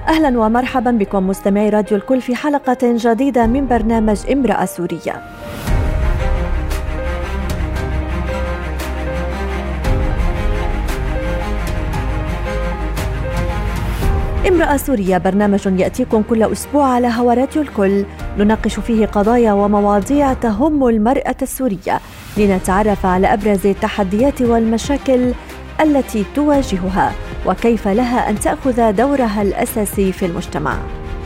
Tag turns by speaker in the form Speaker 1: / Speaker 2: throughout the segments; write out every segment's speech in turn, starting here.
Speaker 1: أهلا ومرحبا بكم مستمعي راديو الكل في حلقة جديدة من برنامج امرأة سورية. امرأة سورية برنامج يأتيكم كل أسبوع على هوا راديو الكل، نناقش فيه قضايا ومواضيع تهم المرأة السورية لنتعرف على أبرز التحديات والمشاكل التي تواجهها وكيف لها أن تأخذ دورها الأساسي في المجتمع.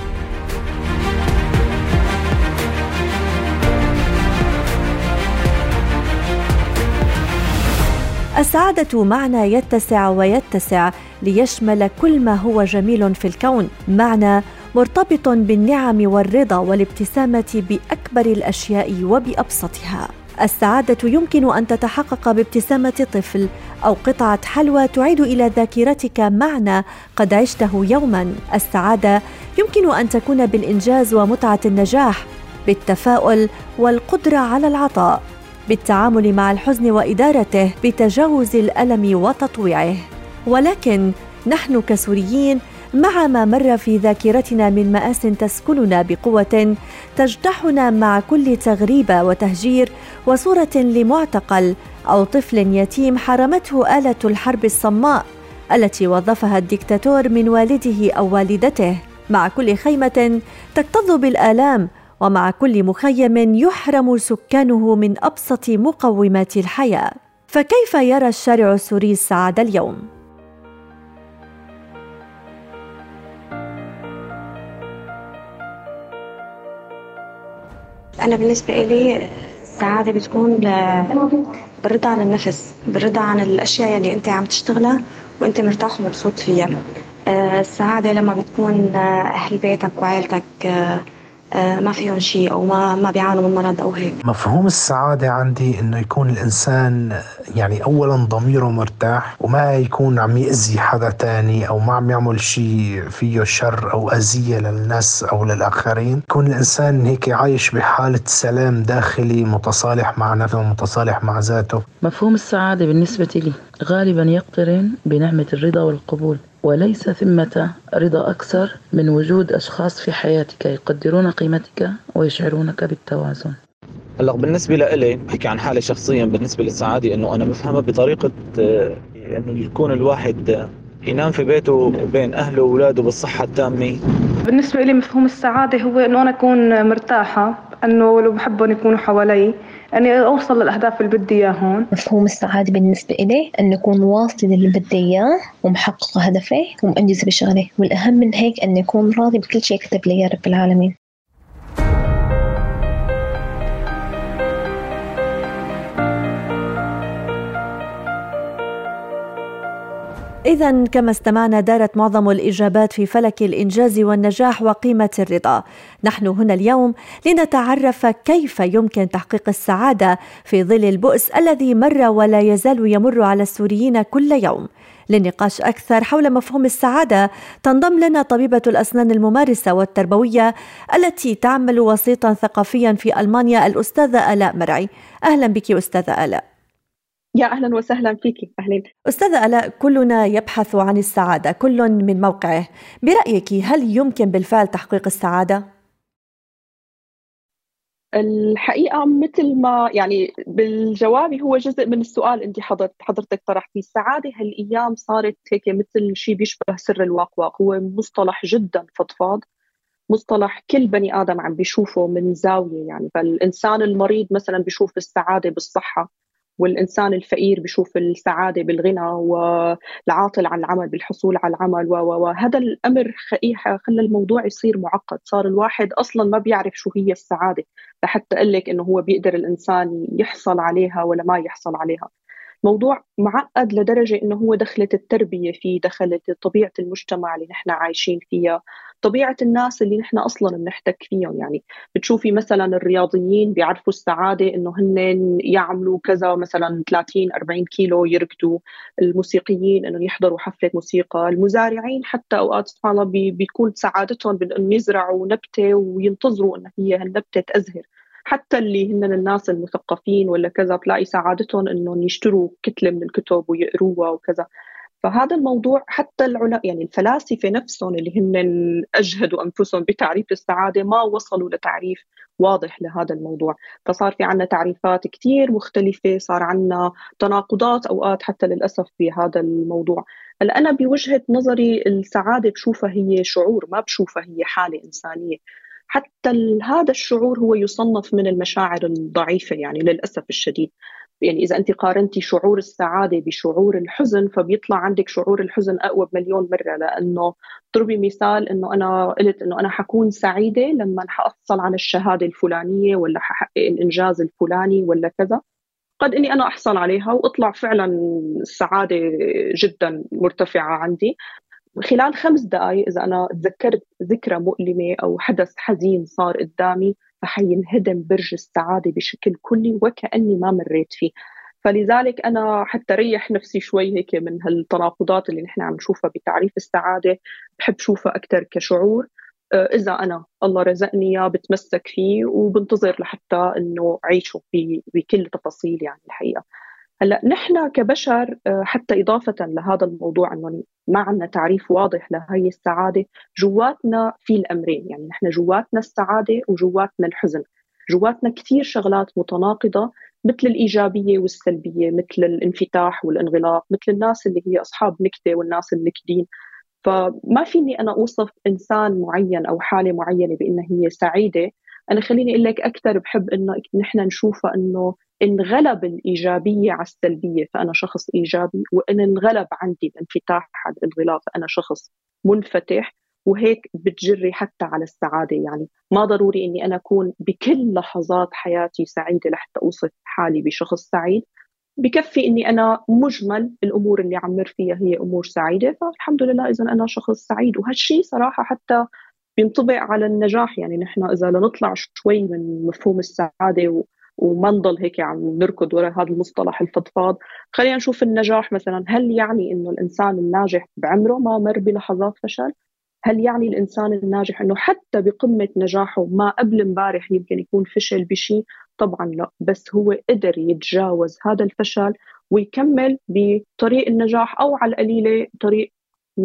Speaker 1: السعادة معنى يتسع ويتسع ليشمل كل ما هو جميل في الكون، معنى مرتبط بالنعم والرضا والابتسامة بأكبر الأشياء وبأبسطها. السعادة يمكن أن تتحقق بابتسامة طفل أو قطعة حلوى تعيد إلى ذاكرتك معنى قد عشته يوما. السعادة يمكن أن تكون بالإنجاز ومتعة النجاح، بالتفاؤل والقدرة على العطاء، بالتعامل مع الحزن وإدارته، بتجاوز الألم وتطويعه. ولكن نحن كسوريين مع ما مر في ذاكرتنا من مآس تسكننا بقوة تجتاحنا مع كل تغريبة وتهجير وصورة لمعتقل أو طفل يتيم حرمته آلة الحرب الصماء التي وظفها الدكتاتور من والده أو والدته، مع كل خيمة تكتظ بالآلام، ومع كل مخيم يحرم سكانه من أبسط مقومات الحياة. فكيف يرى الشارع السوري السعادة اليوم؟
Speaker 2: أنا بالنسبة إلي السعادة بتكون بالرضا عن النفس، بالرضا عن الأشياء اللي أنت عم تشتغلها وأنت مرتاح ومبسوط فيها. السعادة لما بتكون أهل بيتك وعائلتك ما فيهم شيء أو ما بيعانوا من مرض أو هيك.
Speaker 3: مفهوم السعادة عندي إنه يكون الإنسان يعني أولا ضميره مرتاح وما يكون عم يأذي حدا تاني أو ما عم يعمل شيء فيه شر أو أذية للناس أو للآخرين. يكون الإنسان هيك عايش بحالة سلام داخلي، متصالح مع نفسه، متصالح مع ذاته.
Speaker 4: مفهوم السعادة بالنسبة لي غالبا يقترن بنعمة الرضا والقبول، وليس ثمة رضا أكثر من وجود أشخاص في حياتك يقدرون قيمتك ويشعرونك بالتوازن.
Speaker 5: هلا بالنسبة لي بحكي عن حالي شخصيا، بالنسبة للسعادة إنه أنا بفهمها بطريقة إنه يكون الواحد ينام في بيته بين أهله وأولاده بالصحة التامة.
Speaker 6: بالنسبة لي مفهوم السعادة هو إنه أنا أكون مرتاحة، إنه لو بحبهم يكونوا حوالي، أني أوصل للأهداف اللي بدي إياهم.
Speaker 7: مفهوم السعادة بالنسبة إلي أن أكون واصلة اللي بدي إياه ومحققة هدفي ومنجزة بشغلي، والأهم من هيك أن أكون راضي بكل شيء كتب لي يا رب العالمين.
Speaker 1: إذن كما استمعنا دارت معظم الإجابات في فلك الإنجاز والنجاح وقيمة الرضا. نحن هنا اليوم لنتعرف كيف يمكن تحقيق السعادة في ظل البؤس الذي مر ولا يزال يمر على السوريين كل يوم. للنقاش أكثر حول مفهوم السعادة تنضم لنا طبيبة الأسنان الممارسة والتربوية التي تعمل وسيطا ثقافيا في ألمانيا، الأستاذة آلاء مرعي. أهلا بك أستاذة آلاء.
Speaker 8: يا أهلا وسهلا فيك. أهلا
Speaker 1: أستاذة آلاء، كلنا يبحث عن السعادة كل من موقعه، برأيك هل يمكن بالفعل تحقيق السعادة؟
Speaker 8: الحقيقة مثل ما يعني بالجواب هو جزء من السؤال أنت حضرتك طرحتي. السعادة هالأيام صارت هيك مثل شيء بيشبه سر الواقواق، هو مصطلح جدا فضفاض، مصطلح كل بني آدم عم بيشوفه من زاوية. يعني فالإنسان المريض مثلا بيشوف السعادة بالصحة، والإنسان الفقير بيشوف السعادة بالغنى، والعاطل عن العمل بالحصول على العمل. وهذا الأمر خلى الموضوع يصير معقد. صار الواحد أصلا ما بيعرف شو هي السعادة لحتى أقول لك إنه هو بيقدر الإنسان يحصل عليها ولا ما يحصل عليها. موضوع معقد لدرجة إنه هو دخلت التربية فيه، دخلت طبيعة المجتمع اللي نحن عايشين فيها، طبيعة الناس اللي نحن أصلاً بنحتك فيهم. يعني بتشوفي مثلاً الرياضيين بيعرفوا السعادة إنه هن يعملوا كذا، مثلاً 30-40 كيلو يركضوا، الموسيقيين إنه يحضروا حفلة موسيقى، المزارعين حتى أوقات سبحان الله بيكون سعادتهم بأن يزرعوا نبتة وينتظروا إن هي هالنبتة تزهر. حتى اللي هن الناس المثقفين ولا كذا تلاقي سعادتهم إنهم يشتروا كتلة من الكتب ويقروها وكذا. فهذا الموضوع حتى يعني الفلاسفة نفسهم اللي هن أجهدوا أنفسهم بتعريف السعادة ما وصلوا لتعريف واضح لهذا الموضوع. فصار في عنا تعريفات كتير مختلفة، صار عنا تناقضات أوقات حتى للأسف بهذا الموضوع. هلا أنا بوجهة نظري السعادة بشوفها هي شعور، ما بشوفها هي حالة إنسانية. حتى هذا الشعور هو يصنف من المشاعر الضعيفة يعني للأسف الشديد. يعني إذا أنت قارنتي شعور السعادة بشعور الحزن فبيطلع عندك شعور الحزن أقوى بمليون مرة. لأنه ضربي مثال إنه أنا قلت إنه أنا حكون سعيدة لما حأحصل على الشهادة الفلانية ولا ححقق الإنجاز الفلاني ولا كذا، قد إني أنا أحصل عليها وأطلع فعلا السعادة جدا مرتفعة عندي. خلال 5 دقائق إذا أنا تذكرت ذكرى مؤلمة أو حدث حزين صار قدامي فحينهدم برج السعادة بشكل كلي وكأني ما مريت فيه. فلذلك أنا حتى ريح نفسي شوي هيك من هالتناقضات اللي نحن عم نشوفها بتعريف السعادة، بحب شوفها أكثر كشعور. إذا أنا الله رزقني إياه بتمسك فيه وبنتظر لحتى إنه عيشه بكل تفاصيل يعني الحقيقة. هلا نحن كبشر حتى إضافة لهذا الموضوع إنه ما عندنا تعريف واضح لهي السعادة، جواتنا في الأمرين. يعني نحن جواتنا السعادة وجواتنا الحزن، جواتنا كثير شغلات متناقضة مثل الإيجابية والسلبية، مثل الانفتاح والانغلاق، مثل الناس اللي هي أصحاب نكتة والناس النكدين. فما فيني أنا أوصف إنسان معين أو حالة معينة بأنها هي سعيدة. أنا خليني أقول لك أكثر بحب إنه نحن نشوفها إنه إن غلب الإيجابية على السلبية فأنا شخص إيجابي، وإن انغلب عندي الانفتاح على الانغلاق فأنا شخص منفتح. وهيك بتجري حتى على السعادة. يعني ما ضروري إني أنا أكون بكل لحظات حياتي سعيدة لحتى أوصف حالي بشخص سعيد، بكفي إني أنا مجمل الأمور اللي عمر فيها هي أمور سعيدة، فالحمد لله إذا أنا شخص سعيد. وهالشي صراحة حتى بينطبق على النجاح. يعني نحن إذا لنطلع شوي من مفهوم السعادة وما نضل هيك عم نركض وراء هذا المصطلح الفضفاض، خلينا نشوف النجاح مثلا. هل يعني إنه الإنسان الناجح بعمره ما مر بلحظات فشل؟ هل يعني الإنسان الناجح إنه حتى بقمة نجاحه ما قبل امبارح يمكن يكون فشل بشيء؟ طبعا لا، بس هو قدر يتجاوز هذا الفشل ويكمل بطريق النجاح، أو على القليلة طريق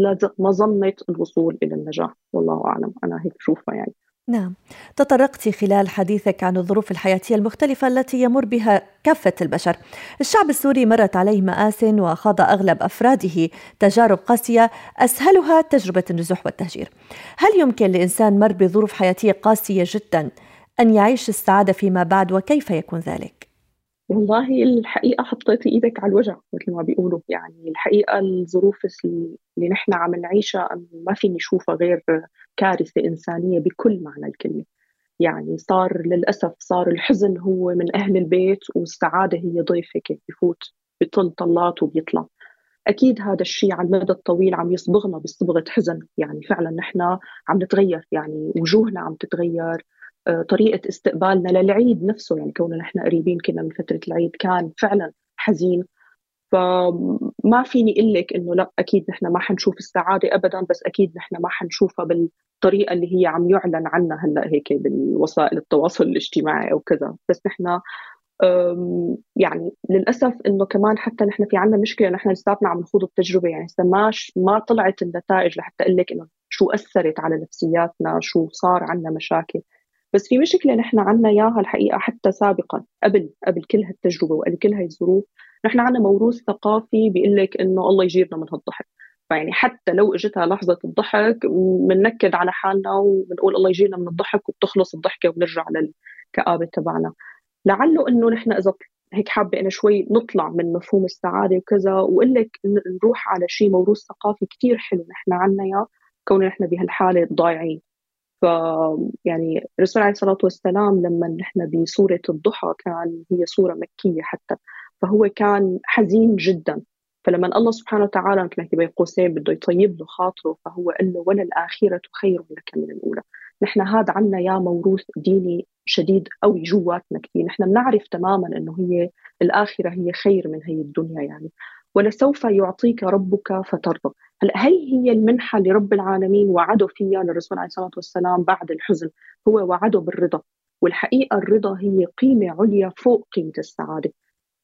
Speaker 8: مظنة الوصول إلى النجاح. والله أعلم، أنا هيك بشوفها يعني.
Speaker 1: نعم، تطرقت خلال حديثك عن الظروف الحياتية المختلفة التي يمر بها كافة البشر. الشعب السوري مرت عليه مآسٍ وخاض أغلب أفراده تجارب قاسية أسهلها تجربة النزوح والتهجير. هل يمكن لإنسان مر بظروف حياتية قاسية جدا أن يعيش السعادة فيما بعد، وكيف يكون ذلك؟
Speaker 8: والله الحقيقة حطيتي إيدك على الوجع مثل ما بيقولوا. يعني الحقيقة الظروف اللي نحن عم نعيشها ما فيني نشوفها غير كارثة إنسانية بكل معنى الكلمة. يعني صار للأسف صار الحزن هو من أهل البيت والسعادة هي ضيف هيك بفوت بطل طلات وبيطلع. أكيد هذا الشيء على المدى الطويل عم يصبغنا بصبغة حزن. يعني فعلا نحن عم نتغير، يعني وجوهنا عم تتغير، طريقة استقبالنا للعيد نفسه. يعني كوننا نحن قريبين كنا من فترة العيد كان فعلا حزين. فما فيني أقول لك إنه لا أكيد نحن ما حنشوف السعادة أبدا، بس أكيد نحن ما حنشوفها بالطريقة اللي هي عم يعلن عنها هلا هيك بالوسائل التواصل الاجتماعي أو كذا. بس نحن يعني للأسف إنه كمان حتى نحن في عنا مشكلة، نحن لساتنا عم نخوض التجربة. يعني ما طلعت النتائج لحتى أقول لك إنه شو أثرت على نفسياتنا، شو صار عنا مشاكل. بس في مشكلة نحن عنا إياها الحقيقة حتى سابقا قبل كل هالتجربة وقبل كل هاي الظروف. نحن عنا موروث ثقافي بيقول لك إنه الله يجيرنا من هالضحك. فيعني حتى لو اجتها لحظة الضحك بننكد على حالنا وبنقول الله يجيرنا من الضحك، وبتخلص الضحكة وبنرجع للكآبة تبعنا. لعله إنه نحن إذا هيك حابة أنا شوي نطلع من مفهوم السعادة وكذا وأقول لك نروح على شيء موروث ثقافي كتير حلو نحن عنا إياه، كون نحن بهالحالة ضايعين. ف يعني الرسول عليه الصلاة والسلام لما نحن بسورة الضحى كان هي سورة مكية حتى، فهو كان حزين جدا. فلما الله سبحانه وتعالى مثل ما بين قوسين بده يطيب له خاطره فهو قال له وللآخرة خير لك من الأولى. نحن هذا عنا يا موروث ديني شديد قوي جواتنا كثير. نحن بنعرف تماما انه هي الآخرة هي خير من هي الدنيا. يعني ولسوف يعطيك ربك فترضى. هل هي المنحة اللي رب العالمين وعده فيها للرسول عليه الصلاة والسلام بعد الحزن؟ هو وعده بالرضا. والحقيقة الرضا هي قيمة عليا فوق قيمة السعادة.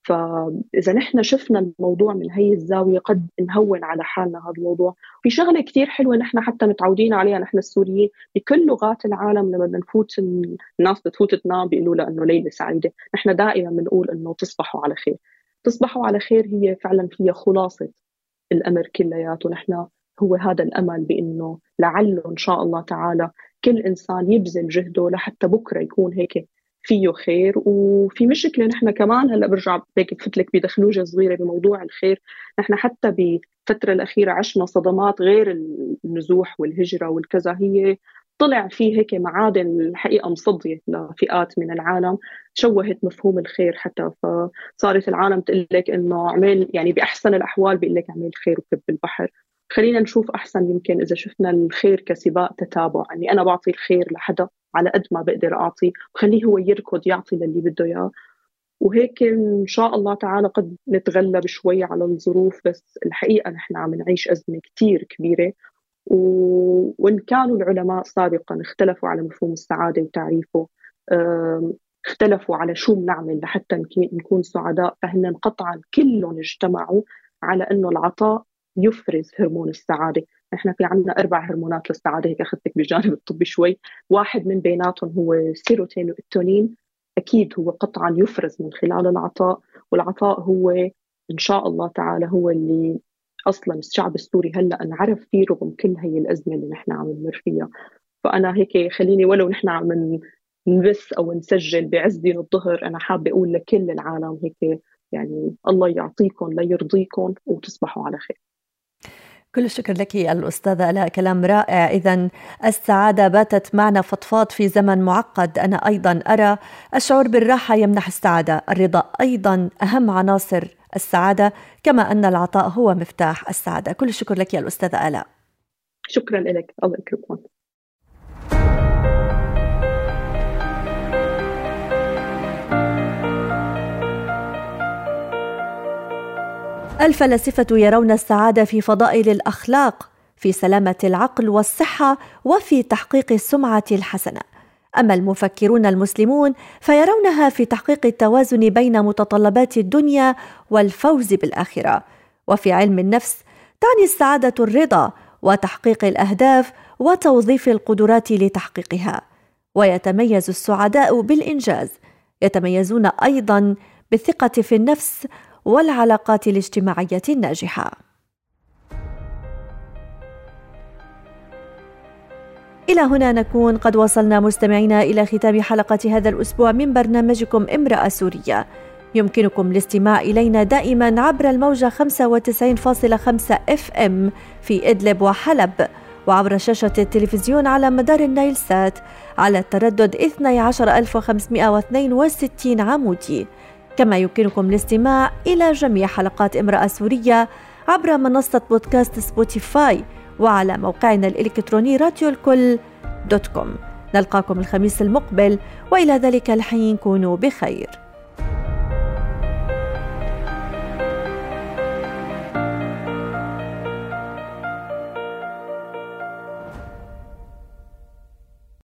Speaker 8: فإذا نحن شفنا الموضوع من هي الزاوية قد نهون على حالنا هذا الموضوع. في شغلة كتير حلوة نحن حتى متعودين عليها نحن السوريين بكل لغات العالم، لما بنفوت الناس بتفوت تنام بيقولوا لها إنه ليلة سعيدة، نحن دائما بنقول إنه تصبحوا على خير. تصبحوا على خير هي فعلا فيها خلاصة الأمر كلياته. نحن هو هذا الأمل بإنه لعله إن شاء الله تعالى كل إنسان يبذل جهده لحتى بكرة يكون هيك فيه خير. وفي مشكلة نحن كمان هلأ برجع هيك بفتلك بدخلوجة صغيرة بموضوع الخير. نحن حتى بالفترة الأخيرة عشنا صدمات غير النزوح والهجرة والكذا، هي طلع فيه هيك معادن الحقيقة مصدية لفئات من العالم شوهت مفهوم الخير حتى. فصارت العالم تقول لك إنه اعمل يعني بأحسن الأحوال بيقول لك اعمل خير وكب البحر. خلينا نشوف أحسن، يمكن إذا شفنا الخير كسباق تتابع، أني أنا بعطي الخير لحدا على قد ما بقدر أعطي وخليه هو يركض يعطي للي بده إياه، وهيك إن شاء الله تعالى قد نتغلب شوي على الظروف. بس الحقيقة نحن عم نعيش أزمة كتير كبيرة، وإن كانوا العلماء سابقا اختلفوا على مفهوم السعادة وتعريفه، اختلفوا على شو بنعمل لحتى نكون سعداء، فهن قطعا كلهم اجتمعوا على أنه العطاء يفرز هرمون السعادة. نحن في عندنا 4 هرمونات للسعادة، هيك أخذتك بجانب الطبي شوي. واحد من بيناتهم هو السيروتونين، أكيد هو قطعا يفرز من خلال العطاء، والعطاء هو إن شاء الله تعالى هو اللي أصلا الشعب السوري هلأ نعرف فيه رغم كل هي الأزمة اللي نحن عم نمر فيها. فأنا هيك خليني ولو نحن عم نبث أو نسجل بعز دين الظهر، أنا حابة أقول لكل العالم هيك يعني الله يعطيكم لا يرضيكم وتصبحوا على خير.
Speaker 1: كل الشكر لك الأستاذة آلاء، كلام رائع. إذن السعادة باتت معنا فضفاض في زمن معقد. أنا أيضا أرى الشعور بالراحة يمنح السعادة، الرضا أيضا أهم عناصر السعادة، كما أن العطاء هو مفتاح السعادة. كل الشكر لك الأستاذة آلاء.
Speaker 8: شكرا لك، الله يكرمكم.
Speaker 1: الفلاسفة يرون السعادة في فضائل الأخلاق، في سلامة العقل والصحة، وفي تحقيق السمعة الحسنة. أما المفكرون المسلمون فيرونها في تحقيق التوازن بين متطلبات الدنيا والفوز بالآخرة. وفي علم النفس تعني السعادة الرضا وتحقيق الأهداف وتوظيف القدرات لتحقيقها. ويتميز السعداء بالإنجاز، يتميزون أيضا بالثقة في النفس والعلاقات الاجتماعية الناجحة. إلى هنا نكون قد وصلنا مستمعينا إلى ختام حلقة هذا الأسبوع من برنامجكم امرأة سورية. يمكنكم الاستماع إلينا دائما عبر الموجة 95.5 FM في إدلب وحلب، وعبر شاشة التلفزيون على مدار النايل سات على التردد 12562 عمودي. كما يمكنكم الاستماع إلى جميع حلقات امرأة سورية عبر منصة بودكاست سبوتيفاي وعلى موقعنا الإلكتروني راديوالكل.com. نلقاكم الخميس المقبل، وإلى ذلك الحين كونوا بخير.